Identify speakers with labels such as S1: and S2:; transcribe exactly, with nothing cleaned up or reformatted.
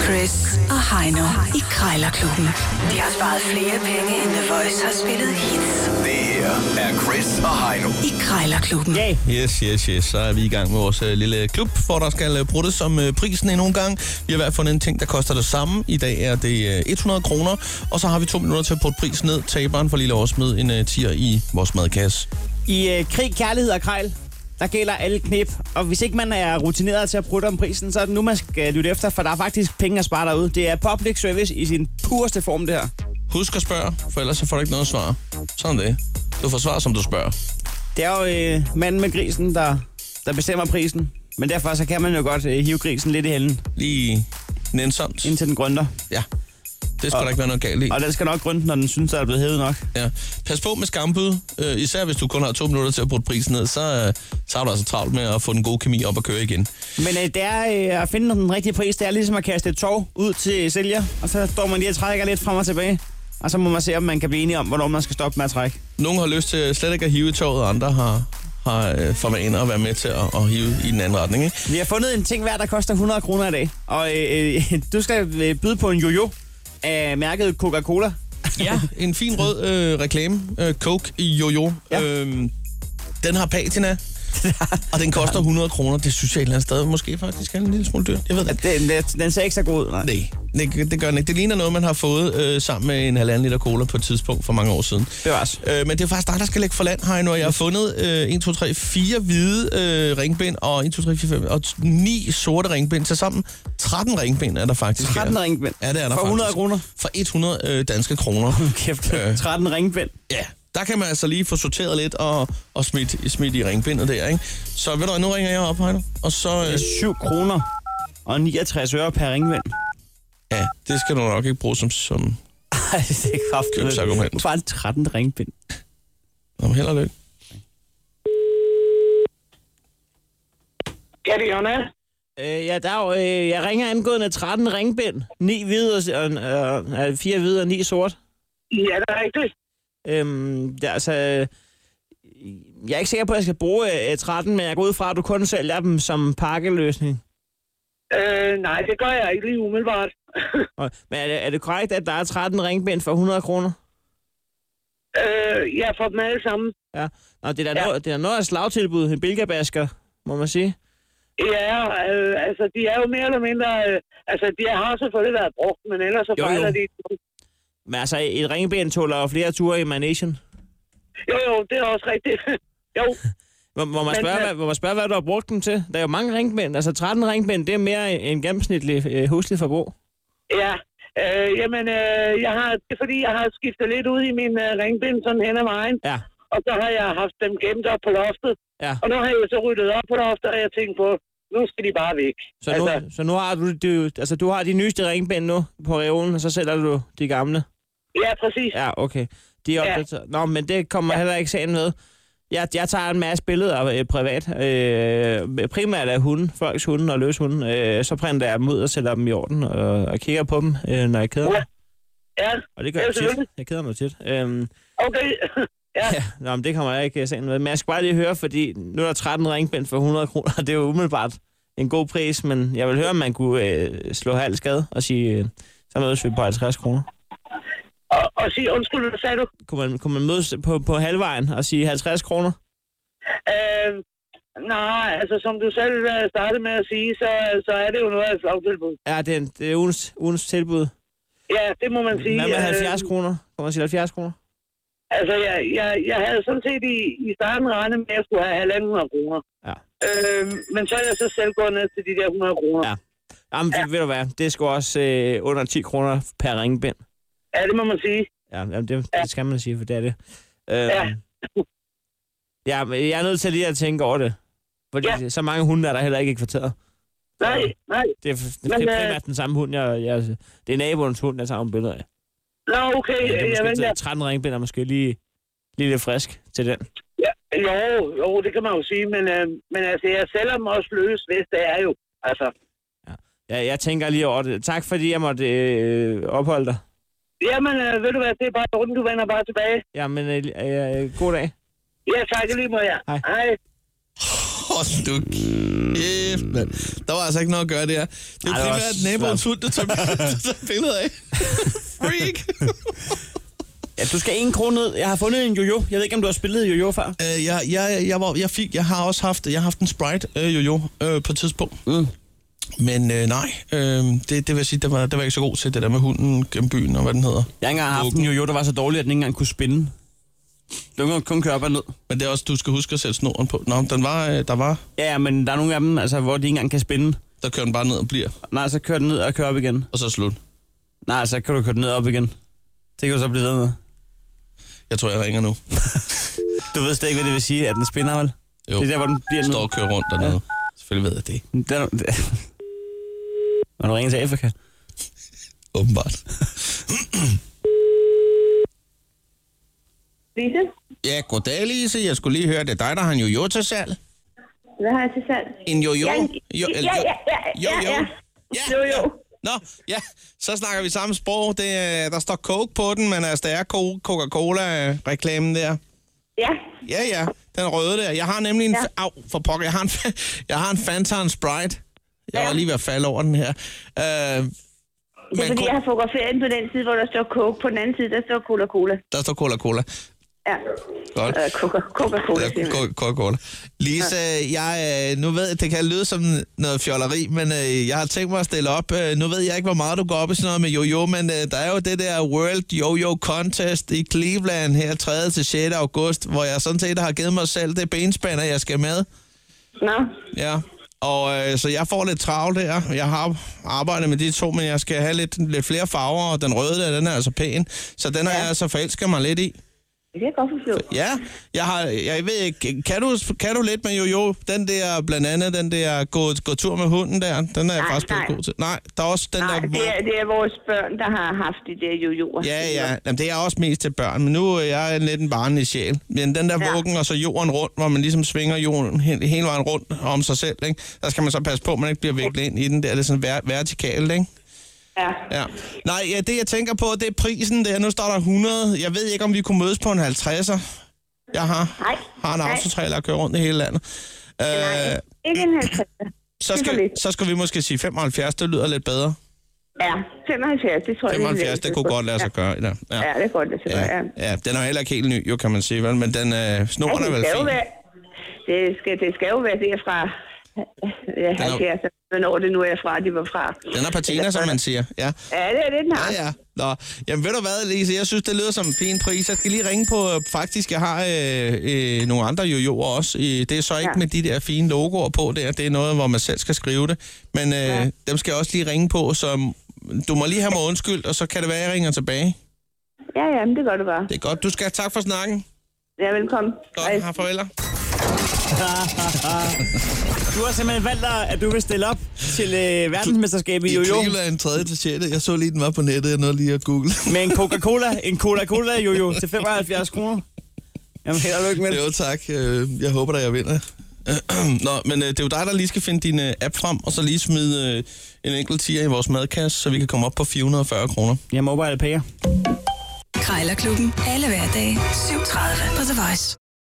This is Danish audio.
S1: Chris og Heino i Krejlerklubben. De har sparet flere penge, end The Voice har spillet hits.
S2: Det her er Chris og Heino
S1: i Krejlerklubben.
S3: Yeah.
S4: Yes, yes, yes. Så er vi i gang med vores uh, lille klub, hvor der skal uh, bruttes som uh, prisen endnu en gang. Vi har i hvert fald fundet en ting, der koster det samme. I dag er det uh, hundrede kroner, og så har vi to minutter til at putte prisen ned. Taberen for lille årsmid en uh, tier i vores madkasse.
S3: I uh, krig, kærlighed og krejl, der gælder alle knep. Og hvis ikke man er rutineret til at prutte om prisen, så er det nu, man skal lytte efter, for der er faktisk penge at spare derude. Det er public service i sin pureste form, det her.
S4: Husk at spørge, for ellers så får du ikke noget svar. Sådan det. Du får svar, som du spørger.
S3: Det er jo øh, manden med grisen, der, der bestemmer prisen. Men derfor så kan man jo godt øh, hive grisen lidt i hælden.
S4: Lige nænsomt.
S3: Indtil den grønter.
S4: Ja, det skal og, der ikke være noget galt i.
S3: Og den skal nok grønte, når den synes, der er blevet hævet nok.
S4: Ja. Pas på med skambud. Øh, især hvis du kun har to minutter til at putte prisen ned, så, øh, så har du altså travlt med at få den gode kemi op og køre igen.
S3: Men øh, det er øh, at finde den rigtige pris. Det er ligesom at kaste et tov ud til sælger. Og så står man lige og trækker lidt frem og tilbage. Og så må man se, om man kan blive enige om, hvornår man skal stoppe med at trække.
S4: Nogle har lyst til slet ikke at hive i toget, og andre har, har øh, for vaner at være med til at, at hive i den anden retning. Ikke?
S3: Vi har fundet en ting hver, der koster hundrede kroner i dag. Og øh, øh, du skal byde på en jojo af mærket Coca-Cola.
S4: Ja, en fin rød øh, reklame. Øh, Coke i jojo. Ja. Øhm, den har patina. Og den koster hundrede kroner. Det synes jeg et eller andet sted måske faktisk er en lille smule dyrt. Jeg ved det.
S3: Den, den, den ser ikke så god ud, nej.
S4: Nej, det, det gør den ikke. Det ligner noget, man har fået øh, sammen med en halvanden liter cola på et tidspunkt for mange år siden.
S3: Det var også.
S4: Øh, men det er faktisk dig, der skal lægge for land her nu. Jeg har fundet øh, en, to, tre, fire hvide øh, ringbind og en, to, tre, fire, fem og ni sorte ringbind. Til sammen tretten ringbind er der faktisk.
S3: tretten ringbind?
S4: Ja, det er der
S3: for
S4: faktisk.
S3: hundrede kroner?
S4: For hundrede øh, danske kroner.
S3: Kæft, øh. tretten ringbind?
S4: Ja. Der kan man altså lige få sorteret lidt og, og smidt, smidt i ringbindet der, ikke? Så ved du, nu ringer jeg op, Heino. Og så...
S3: Øh... syv kroner og niogtres øre per ringbind.
S4: Ja, det skal du nok ikke bruge som... som
S3: Ej, det er kraftigt.
S4: Købsargument.
S3: Hvorfor er det tretten ringbind?
S4: Nå, held og lykke.
S5: Ja, det er Jonna.
S3: Øh, ja, der er jo, øh, jeg ringer angående tretten ringbind. ni hvide og øh, øh, fire hvide og ni sort.
S5: Ja, det er rigtigt.
S3: Øhm, det er altså... Jeg er ikke sikker på, at jeg skal bruge øh, tretten, men jeg går ud fra, at du kun sælger dem som pakkeløsning.
S5: Øh, nej, det gør jeg ikke lige umiddelbart.
S3: Men er det, er det korrekt, at der er tretten ringbind for hundrede kroner?
S5: Øh, ja, for dem alle sammen.
S3: Ja, Nå, det er da
S5: ja.
S3: noget, det er noget af slagtilbud, en bilgabasker, må man sige.
S5: Ja, øh, altså, de er jo mere eller mindre... Øh, altså, de har selvfølgelig været brugt, men ellers så
S3: jo,
S5: fejler
S3: jo.
S5: de...
S3: Men altså, et ringbind tåler jo flere ture i managen.
S5: Jo, jo, det er også rigtigt. jo.
S3: Må, må, man spørge,
S5: men,
S3: hvad, må man spørge, hvad du har brugt dem til? Der er jo mange ringbind. Altså, tretten ringbind, det er mere en gennemsnitlig øh, huslig forbrug.
S5: Ja, øh, jamen, øh, jeg har, det er fordi, jeg har skiftet lidt ud i min øh, ringbind sådan hen ad vejen.
S3: Ja.
S5: Og så har jeg haft dem gemt op på loftet.
S3: Ja.
S5: Og nu har jeg så ryddet op på loftet, og jeg tænkt på, nu skal de bare væk.
S3: Så nu, altså, så nu har du, du, altså, du har de nyeste ringbind nu på reolen, og så sælger du de gamle?
S5: Ja, præcis.
S3: Ja, okay. De er ja. Nå, men det kommer ja. heller ikke sagen med. Jeg, jeg tager en masse billeder øh, privat. Øh, primært af hunde, folks hunde og løs hunde. Øh, så printer jeg dem ud og sætter dem i orden og, og kigger på dem, øh, når jeg keder mig.
S5: Ja.
S3: Og det gør jeg tit. Jeg keder mig tit. Øhm,
S5: okay. ja.
S3: ja. Nå, men det kommer jeg ikke sagen med. Men jeg skal bare lige høre, fordi nu er der tretten ringbind for hundrede kroner. Det er jo umiddelbart en god pris, men jeg vil høre, om man kunne øh, slå halv skade og sige, øh, så mødes vi på halvtreds kroner.
S5: Og, og sige, undskyld, hvad sagde du?
S3: Kunne man, kunne man mødes på, på halvvejen og sige halvtreds kroner?
S5: Øh, nej, altså som du selv startede med at sige, så, så er det jo noget af et flagtilbud.
S3: Ja, det er, det er ugens, ugens tilbud.
S5: Ja, det må man sige.
S3: Hvad med halvfjerds kroner? Kan man sige halvfjerds kroner?
S5: Altså, jeg, jeg, jeg havde sådan set i, i starten regnet med, at jeg skulle have halvanden hundrede kroner.
S3: Ja.
S5: Øh, men så er jeg så selv gået ned til de der hundrede kroner.
S3: Ja. Jamen, ja. ved du hvad, det er sgu også øh, under ti kroner per ringbind.
S5: Ja, det må man sige.
S3: Ja, jamen, det,
S5: ja.
S3: det skal man sige, for det er det. Øh,
S5: ja.
S3: ja, men jeg er nødt til lige at tænke over det. Fordi ja. så mange hunde er der heller ikke i kvarteret.
S5: Nej, nej.
S3: Det er, det er primært øh... den samme hund, jeg, jeg... Det er naboens hund, jeg tager nogle billeder af.
S5: Nå, okay.
S3: Ja, det er måske
S5: jeg
S3: tretten ringbind, er måske lige, lige lidt frisk til den.
S5: Ja, jo, jo, det kan man jo sige, men, øh, men altså, jeg sælger dem også løs, hvis det er jo, altså.
S3: Ja, ja jeg tænker lige over det. Tak, fordi jeg måtte øh, opholde dig.
S5: Jamen, øh, ved du hvad, det er bare rundt, du vender bare tilbage.
S3: Jamen, øh, øh, god dag.
S5: Ja, tak lige må jeg.
S3: Hej.
S5: Hej.
S4: Hold du kæft, mand. Der var altså ikke noget at gøre der. Det er
S3: Ej,
S4: jo
S3: det var
S4: primært naboens hund, der tager, tager billeder af. Freak.
S3: Ja, du skal en krone ned. Jeg har fundet en jojo. Jeg ved ikke, om du har spillet jojo før.
S4: Uh, jeg, jeg, jeg, var, jeg, fik, jeg har også haft, jeg har haft en Sprite uh, jojo uh, på et tidspunkt. Mm. Men øh, nej, øh, det, det vil jeg sige, det var, det var ikke så god til, det der med hunden gennem byen, og hvad den hedder.
S3: Jeg har ikke engang haft en jojo, der var så dårlig, at den ikke engang kunne spinde. Den kunne kun køre op og ned.
S4: Men det er også, du skal huske at sætte snoren på. Nå, den var, øh, der var...
S3: Ja, ja, men der er nogle af dem, altså, hvor de ikke engang kan spinde.
S4: Der kører den bare ned og bliver.
S3: Nej, så kører den ned og kører op igen.
S4: Og så slut.
S3: Nej, så kan du køre den ned og op igen. Det kan du så blive ved med.
S4: Jeg tror, jeg ringer nu.
S3: Du ved slet ikke, hvad det vil sige, at den spinner, vel?
S4: Jo,
S3: det er der, hvor den bliver
S4: står og kører rundt dernede. Ja. Selvfølgelig ved jeg det.
S3: Den, den, Når du ringer til Afrika?
S4: Åbenbart.
S5: Lise?
S4: Ja, goddag, Lise. Jeg skulle lige høre, det er dig, der har en jojo til salg.
S5: Hvad har jeg til salg?
S4: En jojo?
S5: Ja,
S4: Jo,
S5: ja, ja, ja,
S4: jo,
S5: ja,
S4: jo.
S5: ja.
S4: Ja,
S5: Jo,
S4: ja.
S5: jo.
S4: Nå, ja, så snakker vi samme sprog. Det, er- der står Coke på den, men altså, der er Co- Coca-Cola-reklamen der.
S5: Ja,
S4: Ja, ja, den røde der. Jeg har nemlig en...
S5: Ja.
S4: Fa- Au, for pokker. Jeg har en, fa- jeg har en Fanta og en Sprite. Jeg var
S5: Ja.
S4: lige ved at falde over den her. Øh,
S5: det er
S4: men
S5: fordi,
S4: ko-
S5: jeg har fotograferet den på den side, hvor der står Coke. På den anden side, der står Coca-Cola.
S4: der står Coca-Cola.
S5: Ja.
S4: Godt.
S5: Øh, Coca- Coca-Cola,
S4: Ja,
S5: siger man.
S4: Co- Coca-Cola. Lise, jeg, øh, nu ved jeg, det kan lyde som noget fjolleri, men øh, jeg har tænkt mig at stille op. Øh, nu ved jeg ikke, hvor meget du går op i sådan noget med jojo, men øh, der er jo det der World Yo-Yo Contest i Cleveland her tredje til sjette august, hvor jeg sådan set har givet mig selv det benspænd, at jeg skal med.
S5: Nå,
S4: Ja, og øh, så jeg får lidt travlt her. Jeg har arbejdet med de to, men jeg skal have lidt, lidt flere farver, og den røde der, den er altså pæn. Så den har
S5: Ja.
S4: jeg altså forelsket mig lidt i.
S5: det kan jeg godt forstå.
S4: Ja, jeg har, jeg ved ikke, kan du, kan du lidt med jojo? Den der, blandt andet, den der gå, gå tur med hunden der, den er jeg
S5: Nej,
S4: faktisk blevet
S5: nej.
S4: god til. Nej, der er også den
S5: Nej,
S4: der...
S5: det er, det er vores børn, der har haft de der jojoer.
S4: Ja, ja, jamen, det er også mest til børn, men nu er jeg lidt en barnlig sjæl. Men den der
S5: Ja.
S4: vuggen og så jorden rundt, hvor man ligesom svinger jorden hele, hele vejen rundt om sig selv, ikke? Der skal man så passe på, at man ikke bliver viklet ind i den der, det er sådan ver- vertikalt, ikke?
S5: Ja.
S4: Ja. Nej, ja, det jeg tænker på, det er prisen der. Nu står der hundrede. Jeg ved ikke, om vi kunne mødes på en halvtredser. Jeg har,
S5: Nej.
S4: har en
S5: Nej.
S4: autotrailer og kører rundt i hele landet.
S5: Nej,
S4: Øh,
S5: ikke en halvtreds.
S4: så,
S5: det er for
S4: skal,
S5: lidt.
S4: så skal vi måske sige femoghalvfjerds. Det lyder lidt bedre.
S5: Ja, femoghalvfjerds, det tror jeg.
S4: femoghalvfjerds, det kunne godt lade sig gøre. Ja,
S5: Ja, ja det er godt lade sig gøre,
S4: ja.
S5: ja.
S4: ja, den er jo heller ikke helt ny, jo, kan man sige, vel? Men den øh, snoren er
S5: det
S4: vel
S5: skal jo
S4: fin.
S5: være, det skal, det skal jo være derfra. Ja,
S4: er-
S5: halvfjerds, hvornår det nu er fra, de var fra.
S4: Den er patina, som man siger. Ja.
S5: Ja, det er det, den har.
S4: Ja, ja. Nå, jamen ved du hvad, Lise, jeg synes, det lyder som en fin pris. Jeg skal lige ringe på, øh, faktisk, jeg har øh, øh, nogle andre jojoer også. Øh, det er så ikke
S5: Ja.
S4: med de der fine logoer på der. Det er noget, hvor man selv skal skrive det. Men øh,
S5: Ja.
S4: dem skal jeg også lige ringe på, så du må lige have mig undskyldt, og så kan det være, at jeg ringer tilbage.
S5: Ja, ja, men det gør det bare.
S4: Det er godt. Du skal have tak for snakken.
S5: Ja, velkommen.
S4: Godt,
S5: Hej.
S4: hej, farvel.
S3: Du har simpelthen valgt, dig, at du vil stille op til øh, verdensmesterskabet i jojo
S4: Cleveland tredje til sjette. Jeg så lige, den var på nettet. Jeg nåede lige at google.
S3: med en Coca-Cola, en Coca-Cola jojo til femoghalvfjerds kroner. Jamen, held og lykke med det.
S4: Jo, tak. Øh, Jeg håber da, jeg vinder. Nå, men øh, det er jo dig, der lige skal finde din øh, app frem, og så lige smide øh, en enkelt tier i vores madkasse, så vi kan komme op på fire hundrede og fyrre kroner.
S3: Jeg mobile payer.
S1: Krejlerklubben. Alle hverdage. syv tredive på The Voice.